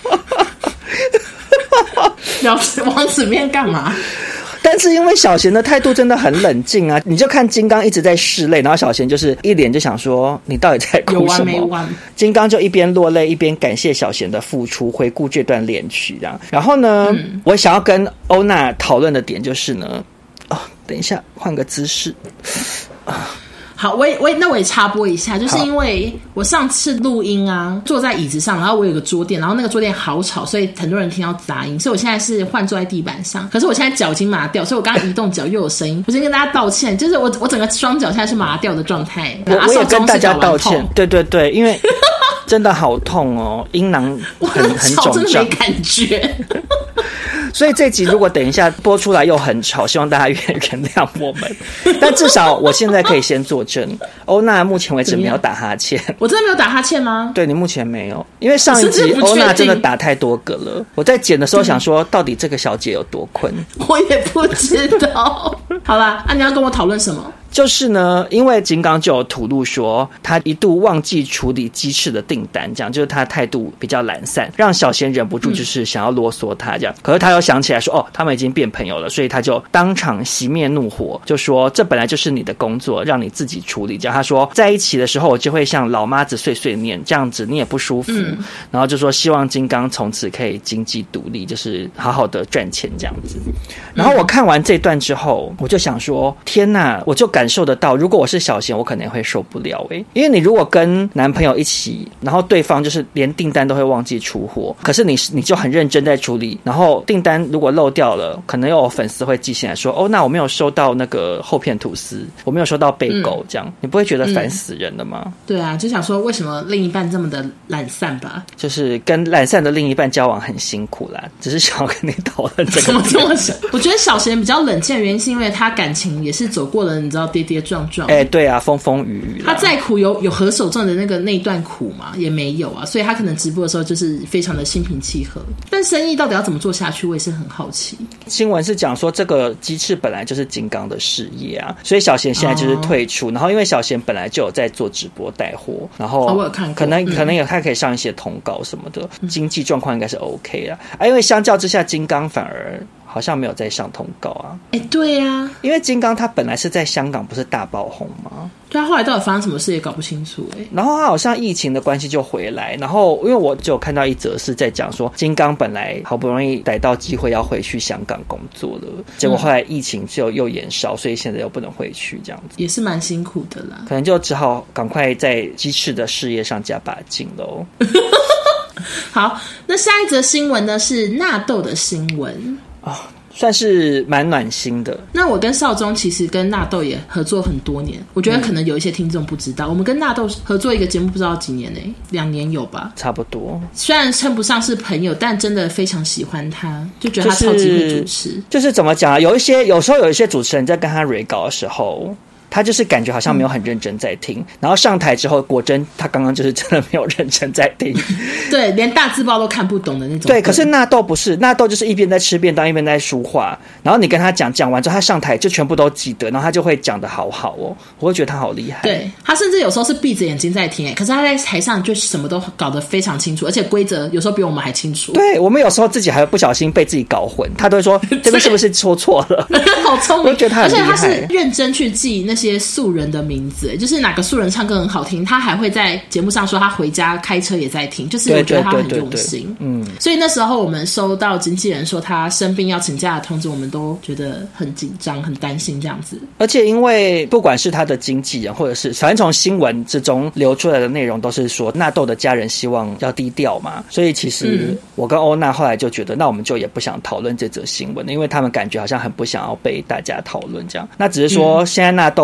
要吃王子面干嘛？ 但是因为小贤的态度真的很冷静啊，你就看金刚一直在拭泪，然后小贤就是一脸就想说你到底在哭什么？有完没完？金刚就一边落泪一边感谢小贤的付出，回顾这段恋曲这样。然后呢，嗯、我想要跟欧娜讨论的点就是呢，哦，等一下换个姿势啊。 好，我也我也那我也插播一下，就是因为我上次录音啊，坐在椅子上，然后我有个桌垫，然后那个桌垫好吵，所以很多人听到杂音，所以我现在是换坐在地板上。可是我现在脚已经麻掉，所以我刚刚移动脚又有声音。我先跟大家道歉，就是我我整个双脚现在是麻掉的状态。 我我也跟大家道歉，对对对，因为真的好痛哦，阴囊很很肿胀， 真的没感觉。 所以这集如果等一下播出来又很吵，希望大家原原谅我们。但至少我现在可以先作证，欧娜目前为止没有打哈欠。 我真的没有打哈欠吗？ 对，你目前没有，因为上一集欧娜真的打太多个了。我在剪的时候想说，到底这个小姐有多困？ 我也不知道。好啦，啊，你要跟我讨论什么？ 就是呢，因为金刚就有吐露说，他一度忘记处理鸡翅的订单，这样就是他态度比较懒散，让小贤忍不住就是想要啰嗦他这样。嗯、可是他又想起来说，哦，他们已经变朋友了，所以他就当场熄灭怒火，就说这本来就是你的工作，让你自己处理。这样他说在一起的时候，我就会像老妈子碎碎念，这样子你也不舒服。嗯、然后就说希望金刚从此可以经济独立，就是好好的赚钱这样子。然后我看完这段之后，我就想说，天哪，我就感受得到，如果我是小贤，我可能会受不了欸。因为你如果跟男朋友一起，然后对方就是连订单都会忘记出货，可是你你就很认真在处理，然后订单如果漏掉了，可能又有粉丝会寄信来说，哦，那我没有收到那个厚片吐司，我没有收到贝狗，这样、嗯、你不会觉得烦死人了吗？ 嗯、对啊，就想说为什么另一半这么的懒散吧？ 就是跟懒散的另一半交往很辛苦啦，只是想要跟你讨论这个。 怎么这么想？我觉得小贤比较冷静的原因是因为他感情也是走过了，你知道跌跌撞撞。 哎、欸，对啊，风风雨雨。 他再苦有有何守正的那个那一段苦嘛，也没有啊，所以他可能直播的时候就是非常的心平气和。但生意到底要怎么做下去，我也是很好奇。 新闻是讲说这个鸡翅本来就是金刚的事业啊，所以小贤现在就是退出。哦、然后因为小贤本来就有在做直播带货，然后、 哦、我有看过， 可能、嗯、可能有他可以上一些通告什么的，经济状况应该是 OK 啦。啊，因为相较之下，金刚反而好像没有在上通告啊。 哎，对啊， 因为金刚他本来是在香港不是大爆红吗？ 对啊，后来到底发生什么事也搞不清楚哎、欸。 然后他好像疫情的关系就回来，然后因为我就有看到一则是在讲说，金刚本来好不容易逮到机会要回去香港工作了，结果后来疫情就又延烧，所以现在又不能回去，这样子也是蛮辛苦的啦。 可能就只好赶快在鸡翅的事业上加把劲喽。 好，那下一则新闻呢是纳豆的新闻啊。哦，算是蛮暖心的。 那我跟少宗其实跟纳豆也合作很多年，我觉得可能有一些听众不知道，嗯、我们跟纳豆合作一个节目不知道几年呢、欸，两年有吧？ 差不多。 虽然称不上是朋友，但真的非常喜欢他，就觉得他超级会主持。就是、 就是怎么讲啊？有一些有时候有一些主持人在跟他 re 稿的时候。他就是感觉好像没有很认真在听、嗯、然后上台之后果真他刚刚就是真的没有认真在听对，连大字报都看不懂的那种。 对，可是纳豆不是，纳豆就是一边在吃便当一边在说话，然后你跟他讲讲完之后他上台就全部都记得，然后他就会讲得好好哦，我会觉得他好厉害。 对，他甚至有时候是闭着眼睛在听，可是他在台上就什么都搞得非常清楚，而且规则有时候比我们还清楚。 对，我们有时候自己还会不小心被自己搞混，他都会说这边是不是说错了好聪明， 我觉得他很厉害， 而且他是认真去记那些素人的名字，就是哪个素人唱歌很好听，他还会在节目上说他回家开车也在听，就是我觉得他很用心。嗯，所以那时候我们收到经纪人说他生病要请假的通知，我们都觉得很紧张很担心这样子。 而且因为不管是他的经纪人或者是反正从新闻之中流出来的内容都是说纳豆的家人希望要低调嘛，所以其实我跟欧娜后来就觉得那我们就也不想讨论这则新闻，因为他们感觉好像很不想要被大家讨论这样。那只是说现在纳豆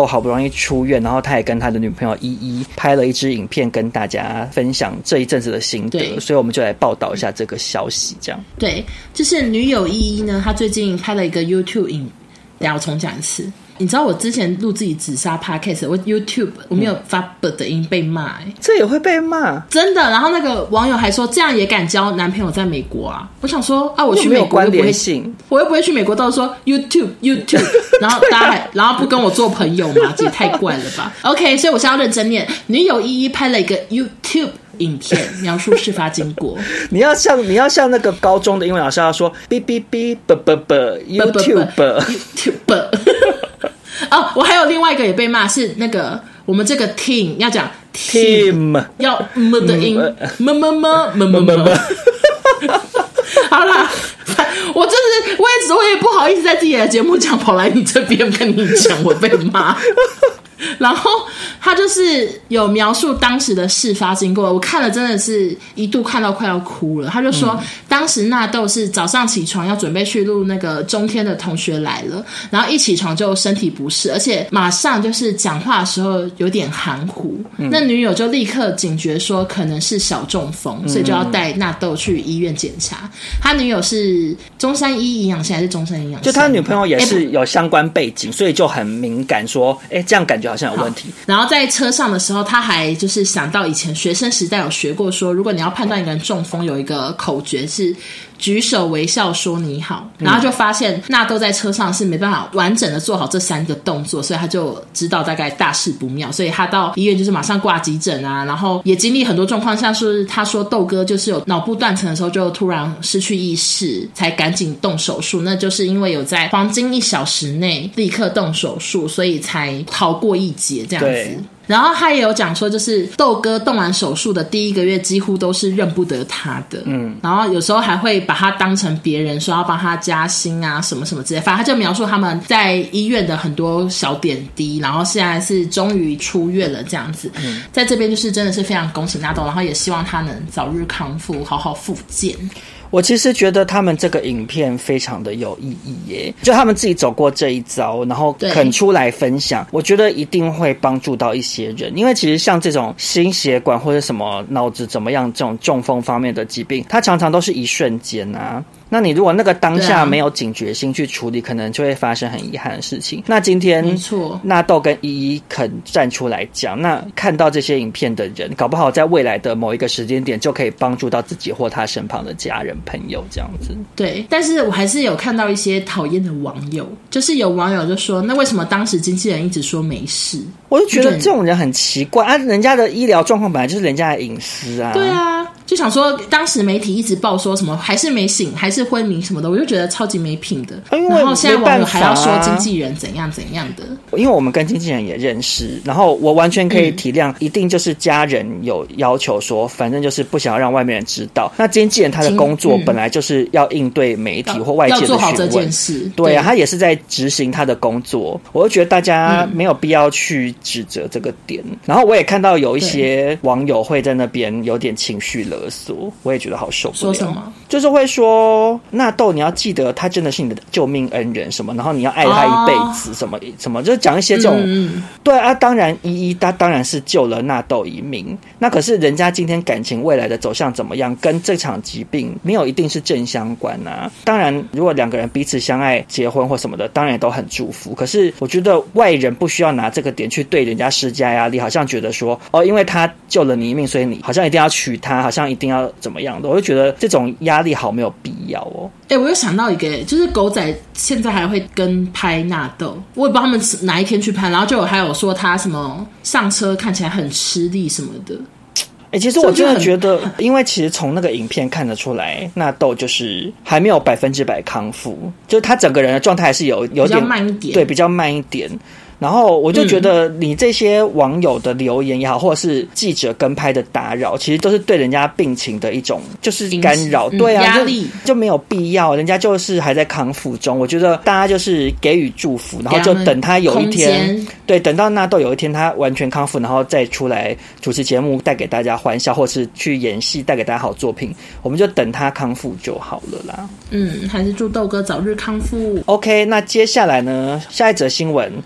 豆好不容易出院，然后他也跟他的女朋友依依拍了一支影片跟大家分享这一阵子的心得，所以我们就来报道一下这个消息这样。 对，就是女友依依呢，她最近拍了一个 YouTube 影，等一下我重讲一次。你知道我之前录自己自杀 podcast， 我 YouTube 我没有发 b 的音被骂、欸， 这也会被骂， 真的。然后那个网友还说，这样也敢交男朋友在美国啊？我想说啊，我去美国又不会，我又不会去美国，到时候说 YouTube YouTube， 然后大家还然后不跟我做朋友嘛，这也太怪了吧 ？OK， 所以我现在要认真念，女友依依拍了一个 YouTube。影片描述事发经过， 你要像你要像那个高中的英文老师要说 b b b b b b YouTube YouTube 哦，我还有另外一个也被骂是那个我们这个 team 要讲 team 要 m 的音 m m m m m m 好啦，我真的是我也我也不好意思在自己的节目讲，跑来你这边跟你讲我被骂。然后他就是有描述当时的事发经过，我看了真的是一度看到快要哭了。他就说、嗯、当时纳豆是早上起床要准备去录那个中天的同学来了，然后一起床就身体不适，而且马上就是讲话的时候有点含糊、嗯、那女友就立刻警觉说可能是小中风，所以就要带纳豆去医院检查。他女友是中山医营养系还是中山营养系？ 就他女朋友也是有相关背景，所以就很敏感说哎，这样感觉好像有问题。 然后在车上的时候他还就是想到以前学生时代有学过说，如果你要判断一个人中风有一个口诀是举手微笑说你好，然后就发现纳豆在车上是没办法完整的做好这三个动作，所以他就知道大概大事不妙，所以他到医院就是马上挂急诊啊，然后也经历很多状况，像是他说豆哥就是有脑部断层的时候就突然失去意识才赶紧动手术，那就是因为有在黄金一小时内立刻动手术，所以才逃过一劫这样子。然后他也有讲说，就是豆哥动完手术的第一个月几乎都是认不得他的，嗯，然后有时候还会把他当成别人，说要帮他加薪啊什么什么之类，反正他就描述他们在医院的很多小点滴，然后现在是终于出院了这样子、嗯、在这边就是真的是非常恭喜纳豆，然后也希望他能早日康复，好好复健。 我其实觉得他们这个影片非常的有意义耶，就他们自己走过这一遭，然后肯出来分享，我觉得一定会帮助到一些人。因为其实像这种心血管或者什么脑子怎么样这种中风方面的疾病，它常常都是一瞬间啊，那你如果那个当下没有警觉心去处理、啊、可能就会发生很遗憾的事情。那今天没错，纳豆跟依依肯站出来讲，那看到这些影片的人搞不好在未来的某一个时间点就可以帮助到自己或他身旁的家人朋友这样子。 对，但是我还是有看到一些讨厌的网友，就是有网友就说那为什么当时经纪人一直说没事， 我就觉得这种人很奇怪啊，人家的医疗状况本来就是人家的隐私啊。 对啊，就想说当时媒体一直报说什么还是没醒还是昏迷什么的，我就觉得超级没品的、哎、然后现在网友还要说经纪人怎样怎样的， 因为我们跟经纪人也认识，然后我完全可以体谅、嗯、一定就是家人有要求说反正就是不想要让外面人知道，那经纪人他的工作本来就是要应对媒体或外界的询问，要做好这件事。对啊，他也是在执行他的工作，我就觉得大家没有必要去指责这个点、嗯、然后我也看到有一些网友会在那边有点情绪勒索，我也觉得好受不了。 说什么？ 就是会说纳豆你要记得他真的是你的救命恩人什么，然后你要爱他一辈子什么、哦、什么，就是讲一些这种、嗯、对啊，当然依依他当然是救了纳豆一命，那可是人家今天感情未来的走向怎么样跟这场疾病没有一定是正相关啊。当然如果两个人彼此相爱结婚或什么的当然也都很祝福，可是我觉得外人不需要拿这个点去对人家施加压力，好像觉得说哦因为他救了你一命所以你好像一定要娶他，好像一定要怎么样的，我就觉得这种压力好没有必要哦。 哎、欸，我又想到一个，就是狗仔现在还会跟拍纳豆，我也不知道他们哪一天去拍，然后就有还有说他什么上车看起来很吃力什么的。 欸、其实我真的觉得因为其实从那个影片看得出来纳豆就是还没有百分之百康复，就是他整个人的状态还是有有点比较慢一点， 对，比较慢一点。然后我就觉得你这些网友的留言也好、嗯、或者是记者跟拍的打扰其实都是对人家病情的一种就是干扰，对啊， 压力就, 就没有必要，人家就是还在康复中，我觉得大家就是给予祝福，然后就等他有一天，对，等到纳豆有一天他完全康复，然后再出来主持节目带给大家欢笑，或是去演戏带给大家好作品，我们就等他康复就好了啦。 嗯，还是祝豆哥早日康复。 OK， 那接下来呢下一则新闻其实也是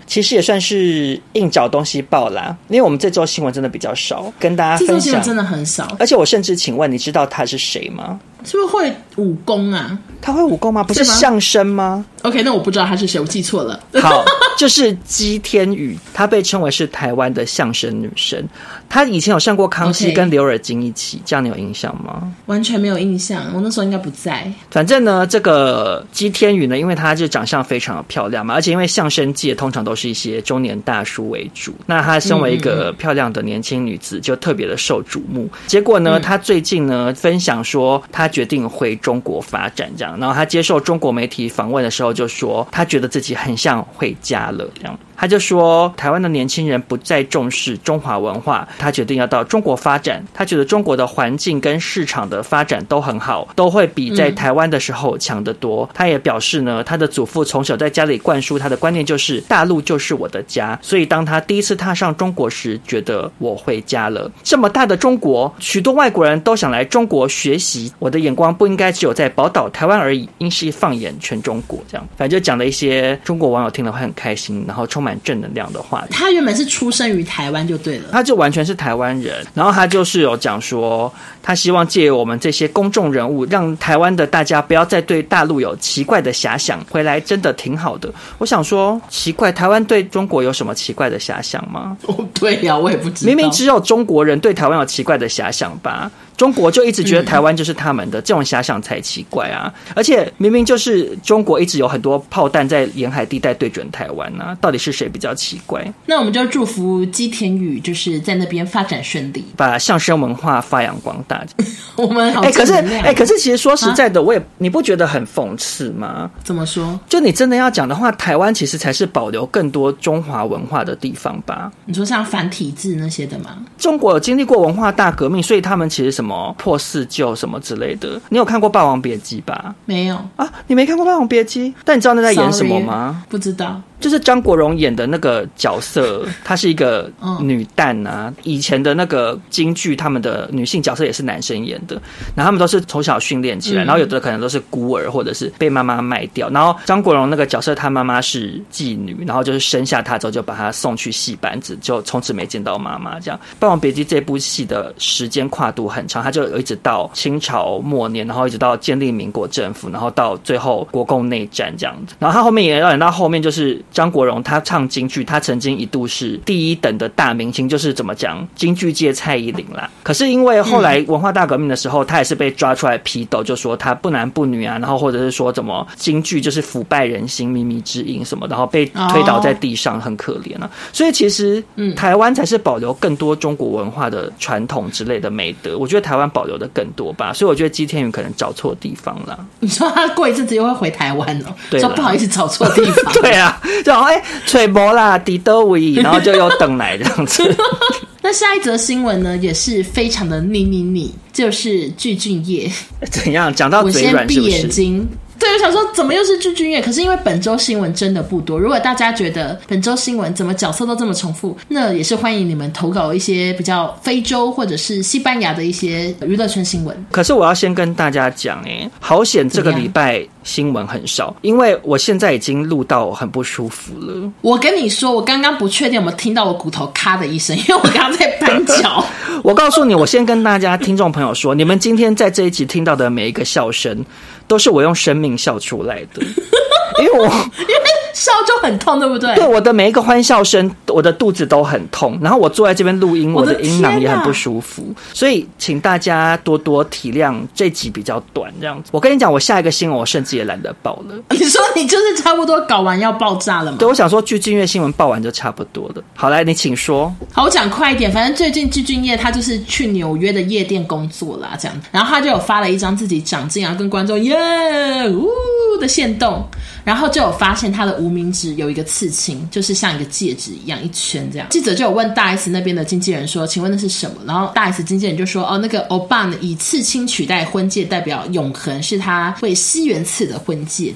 算是硬找东西报啦，因为我们这周新闻真的比较少，跟大家分享。 这周新闻真的很少， 而且我甚至请问，你知道他是谁吗？ 是不是会武功啊？ 他会武功吗？不是相声吗 ？OK， 那我不知道他是谁，我记错了。 好，就是姬天宇，她被称为是台湾的相声女神。她以前有上过康熙跟刘尔金一起， okay. 这样你有印象吗？ 完全没有印象，我那时候应该不在。 反正呢，这个姬天宇呢，因为她就长相非常的漂亮嘛，而且因为相声界通常都是一些中年大叔为主，那她身为一个漂亮的年轻女子，就特别的受瞩目。结果呢，她最近呢分享说，她决定回中国发展，这样。然后她接受中国媒体访问的时候就说，她觉得自己很像回家了，这样。他就说台湾的年轻人不再重视中华文化，他决定要到中国发展。他觉得中国的环境跟市场的发展都很好，都会比在台湾的时候强得多、嗯、他也表示呢，他的祖父从小在家里灌输他的观念就是大陆就是我的家，所以当他第一次踏上中国时，觉得我回家了。这么大的中国，许多外国人都想来中国学习，我的眼光不应该只有在宝岛台湾而已，应是放眼全中国。这样反正就讲了一些中国网友听了会很开心，然后充满正能量的话。 他原本是出生于台湾就对了， 他就完全是台湾人。然后他就是有讲说，他希望借由我们这些公众人物，让台湾的大家不要再对大陆有奇怪的遐想，回来真的挺好的。我想说，奇怪，台湾对中国有什么奇怪的遐想吗？ 哦，对呀、啊，我也不知道。 明明只有中国人对台湾有奇怪的遐想吧。中国就一直觉得台湾就是他们的、嗯、这种遐想才奇怪啊！而且明明就是中国一直有很多炮弹在沿海地带对准台湾啊，到底是谁比较奇怪？ 那我们就祝福姬天宇就是在那边发展顺利， 把相声文化发扬光大。 我们好正能量。 哎、欸，可是其实说实在的，我也你不觉得很讽刺吗？ 怎么说？ 就你真的要讲的话，台湾其实才是保留更多中华文化的地方吧？ 你说像繁体字那些的吗？ 中国有经历过文化大革命，所以他们其实什么破四旧什么之类的。你有看过《霸王别姬》吧？ 没有啊，你没看过《霸王别姬》？但你知道那在演什么吗？ 不知道。 就是张国荣演的那个角色，她是一个女旦啊。以前的那个京剧，他们的女性角色也是男生演的，然后他们都是从小训练起来，然后有的可能都是孤儿或者是被妈妈卖掉。然后张国荣那个角色，他妈妈是妓女，然后就是生下他之后就把他送去戏班子，就从此没见到妈妈。这样，《霸王别姬》这部戏的时间跨度很长，他就一直到清朝末年，然后一直到建立民国政府，然后到最后国共内战这样子。然后他后面也要演到后面，就是张国荣他唱京剧，他曾经一度是第一等的大明星，就是怎么讲京剧界蔡依林啦。可是因为后来文化大革命的时候，他也是被抓出来批斗，就说他不男不女啊，然后或者是说怎么京剧就是腐败人心、靡靡之音什么，然后被推倒在地上，很可怜啊。所以其实台湾才是保留更多中国文化的传统之类的美德，我觉得台湾保留的更多吧。所以我觉得姬天宇可能找错地方了。 你说他过一阵子又会回台湾哦？对，说不好意思找错地方。 对啊，然后哎，吹波啦，迪德维，然后就又等来这样子。 那下一则新闻呢，也是非常的腻腻腻，就是具俊晔。 怎样？讲到嘴软是不是？ 我先闭眼睛。对，我想说怎么又是具俊晔？可是因为本周新闻真的不多，如果大家觉得本周新闻怎么角色都这么重复，那也是欢迎你们投稿一些比较非洲或者是西班牙的一些娱乐圈新闻。 可是我要先跟大家讲，哎，好险这个礼拜新闻很少，因为我现在已经录到很不舒服了。 我跟你说，我刚刚不确定有没有听到我骨头咔的一声，因为我刚刚在搬脚。 我告诉你，我先跟大家听众朋友说，你们今天在这一集听到的每一个笑声，都是我用生命笑出来的。因为我因为笑就很痛，对不对？ 对，我的每一个欢笑声，我的肚子都很痛，然后我坐在这边录音，我的音囊也很不舒服，所以请大家多多体谅，这集比较短这样子。我跟你讲，我下一个新闻我甚至也懒得报了。 你说你就是差不多搞完要爆炸了吗？ 对，我想说具俊晔新闻报完就差不多了。好，来你请说。 好，我讲快一点。反正最近具俊晔他就是去纽约的夜店工作啦，这样，然后他就有发了一张自己长进啊，跟观众耶呜的限动，然后就有发现他的无名指有一个刺青，就是像一个戒指一样一圈这样。记者就有问大 S 那边的经纪人说，请问那是什么？然后大 S 经纪人就说，哦，那个欧巴呢以刺青取代婚戒，代表永恒，是他为西元刺的婚戒这样。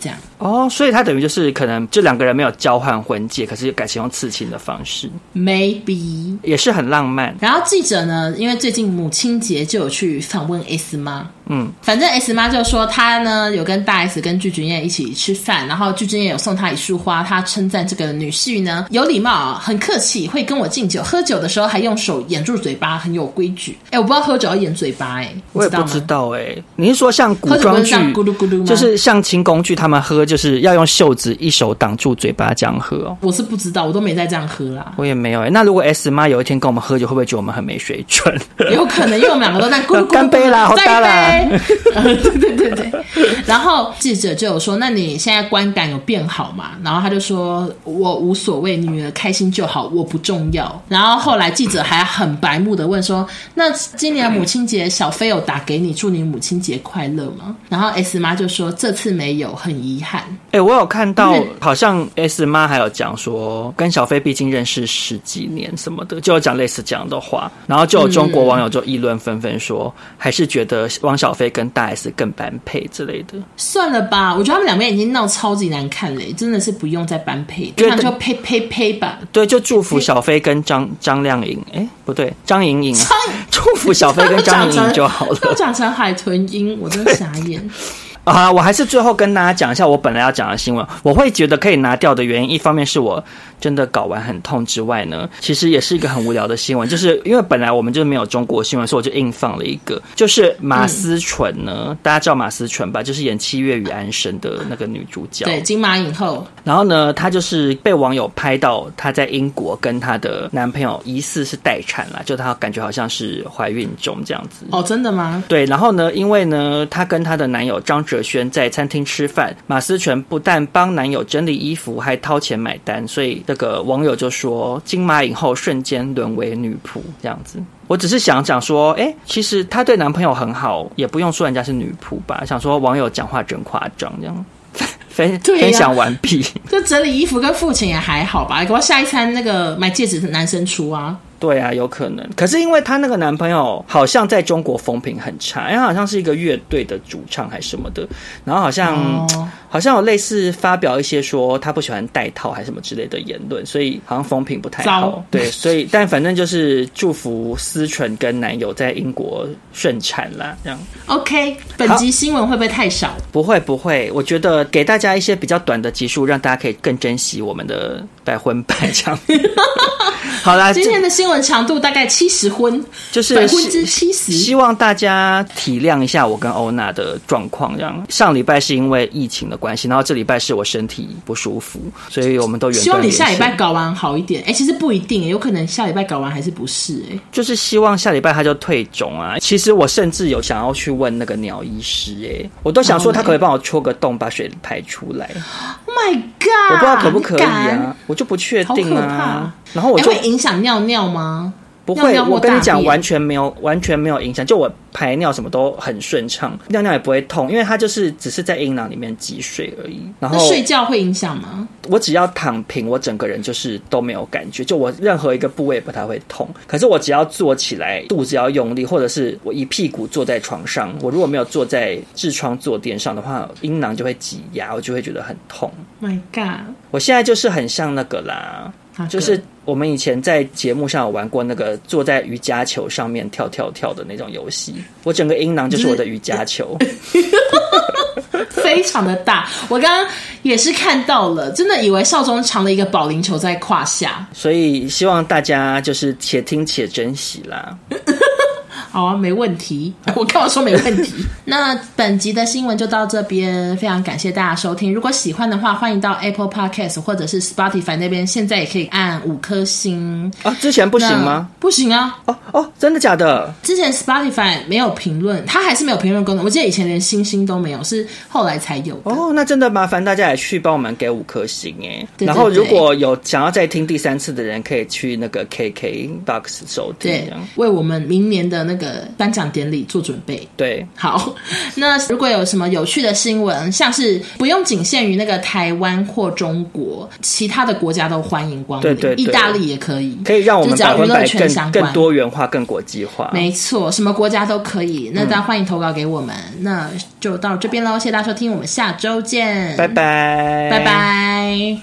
哦，所以他等于就是可能这两个人没有交换婚戒，可是改成用刺青的方式 ，maybe 也是很浪漫。 然后记者呢，因为最近母亲节就有去访问 S 妈。 嗯， 反正 S 妈就说她呢有跟大 S 跟具俊晔一起吃饭，然后具俊晔有送她一束花，她称赞这个女婿呢有礼貌，很客气，会跟我敬酒，喝酒的时候还用手掩住嘴巴，很有规矩。哎，我不知道喝酒要掩嘴巴，哎， 我也不知道哎、欸。你是说像古装剧， 咕噜咕噜吗？ 就是像清宫剧，他们喝就是要用袖子一手挡住嘴巴这样喝哦？ 我是不知道，我都没再这样喝啦。 我也没有哎、欸。那如果 S 妈有一天跟我们喝酒，会不会觉得我们很没水准？ 有可能，因为我们两个都在咕噜咕噜， 干杯啦，好大啦！ 对对对对，然后记者就有说，那你现在观感有变好吗？然后他就说，我无所谓，女儿开心就好，我不重要。然后后来记者还很白目的问说，那今年母亲节小飞有打给你祝你母亲节快乐吗？然后 S 妈就说这次没有，很遗憾。 哎、欸，我有看到好像 S 妈还有讲说，跟小飞毕竟认识十几年什么的，就有讲类似这样的话。然后就有中国网友就议论纷纷说、嗯，还是觉得汪小菲跟大 S 更般配之类的。 算了吧，我觉得他们两边已经闹超级难看了，真的是不用再般配，那就呸呸呸吧。 对，就祝福小飞跟张张靓颖，哎，不对，张颖颖啊，祝福小飞跟张颖颖就好了。 都讲成海豚音，我真的傻眼。 啊，我还是最后跟大家讲一下我本来要讲的新闻。我会觉得可以拿掉的原因，一方面是我真的睾丸很痛之外呢，其实也是一个很无聊的新闻，就是因为本来我们就没有中国新闻，所以我就硬放了一个，就是马思纯呢、嗯、大家知道马思纯吧，就是演《七月与安生》的那个女主角， 对，金马影后。 然后呢，她就是被网友拍到她在英国跟她的男朋友疑似是待产啦，就她感觉好像是怀孕中这样子。 哦，真的吗？ 对，然后呢，因为呢她跟她的男友张哲轩在餐厅吃饭，马思纯不但帮男友整理衣服，还掏钱买单，所以这个网友就说金马影后瞬间沦为女仆这样子。我只是想讲说，哎，其实她对男朋友很好，也不用说人家是女仆吧。想说网友讲话真夸张这样。分分享完毕， 就整理衣服跟付钱也还好吧，搞不好下一餐那个买戒指的男生出啊。 对啊，有可能。可是因为她那个男朋友好像在中国风评很差，因为他好像是一个乐队的主唱还是什么的，然后好像、哦、好像有类似发表一些说他不喜欢戴套还是什么之类的言论，所以好像风评不太好。对，所以但反正就是祝福思纯跟男友在英国顺产啦，这样。OK， 本集新闻会不会太少？ 不会不会，我觉得给大家一些比较短的集数，让大家可以更珍惜我们的百分百这样。好啦， 今天的新闻长度大概七十分， 就是百分之七十。 希望大家体谅一下我跟欧娜的状况。这样，上礼拜是因为疫情的关系，然后这礼拜是我身体不舒服，所以我们都远端连线。 希望你下礼拜搞完好一点。哎、欸，其实不一定，有可能下礼拜搞完还是不是、欸。哎，就是希望下礼拜他就退肿啊。其实我甚至有想要去问那个鸟医师、欸，哎，我都想说他可不可以帮我戳个洞，把水排出来。 Oh my god！ 我不知道可不可以啊，我就不确定啊。然后我就、 欸、会影响尿尿吗？ 不会，我跟你讲，完全没有，完全没有影响。就我排尿什么都很顺畅，尿尿也不会痛，因为它就是只是在阴囊里面积水而已。然后睡觉会影响吗？ 我只要躺平，我整个人就是都没有感觉，就我任何一个部位不太会痛。可是我只要坐起来，肚子要用力，或者是我一屁股坐在床上，我如果没有坐在痔疮坐垫上的话，阴囊就会挤压，我就会觉得很痛。 My God！ 我现在就是很像那个啦。就是我们以前在节目上有玩过那个坐在瑜伽球上面跳跳跳的那种游戏，我整个阴囊就是我的瑜伽球， 非常的大。我刚刚也是看到了，真的以为少中藏了一个保龄球在胯下， 所以希望大家就是且听且珍惜啦。 好啊，没问题。我干嘛说没问题？那本集的新闻就到这边，非常感谢大家收听。如果喜欢的话，欢迎到 Apple Podcast 或者是 Spotify 那边，现在也可以按五颗星啊。之前不行吗？ 不行啊。 哦哦，真的假的？之前 Spotify 没有评论，它还是没有评论功能。我记得以前连星星都没有，是后来才有的。 哦，那真的麻烦大家也去帮我们给五颗星哎。然后如果有想要再听第三次的人，可以去那个 K K Box 收听， 对，为我们明年的那个个颁奖典礼做准备。 对， 好，那如果有什么有趣的新闻，像是不用仅限于那个台湾或中国，其他的国家都欢迎光临， 对对对， 意大利也可以， 可以让我们百分百更更多元化、更国际化。 没错，什么国家都可以。那大家欢迎投稿给我们，嗯、那就到这边喽，谢谢大家收听，我们下周见， 拜拜， 拜拜。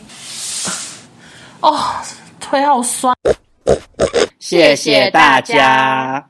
哦，腿好酸。 谢谢大家。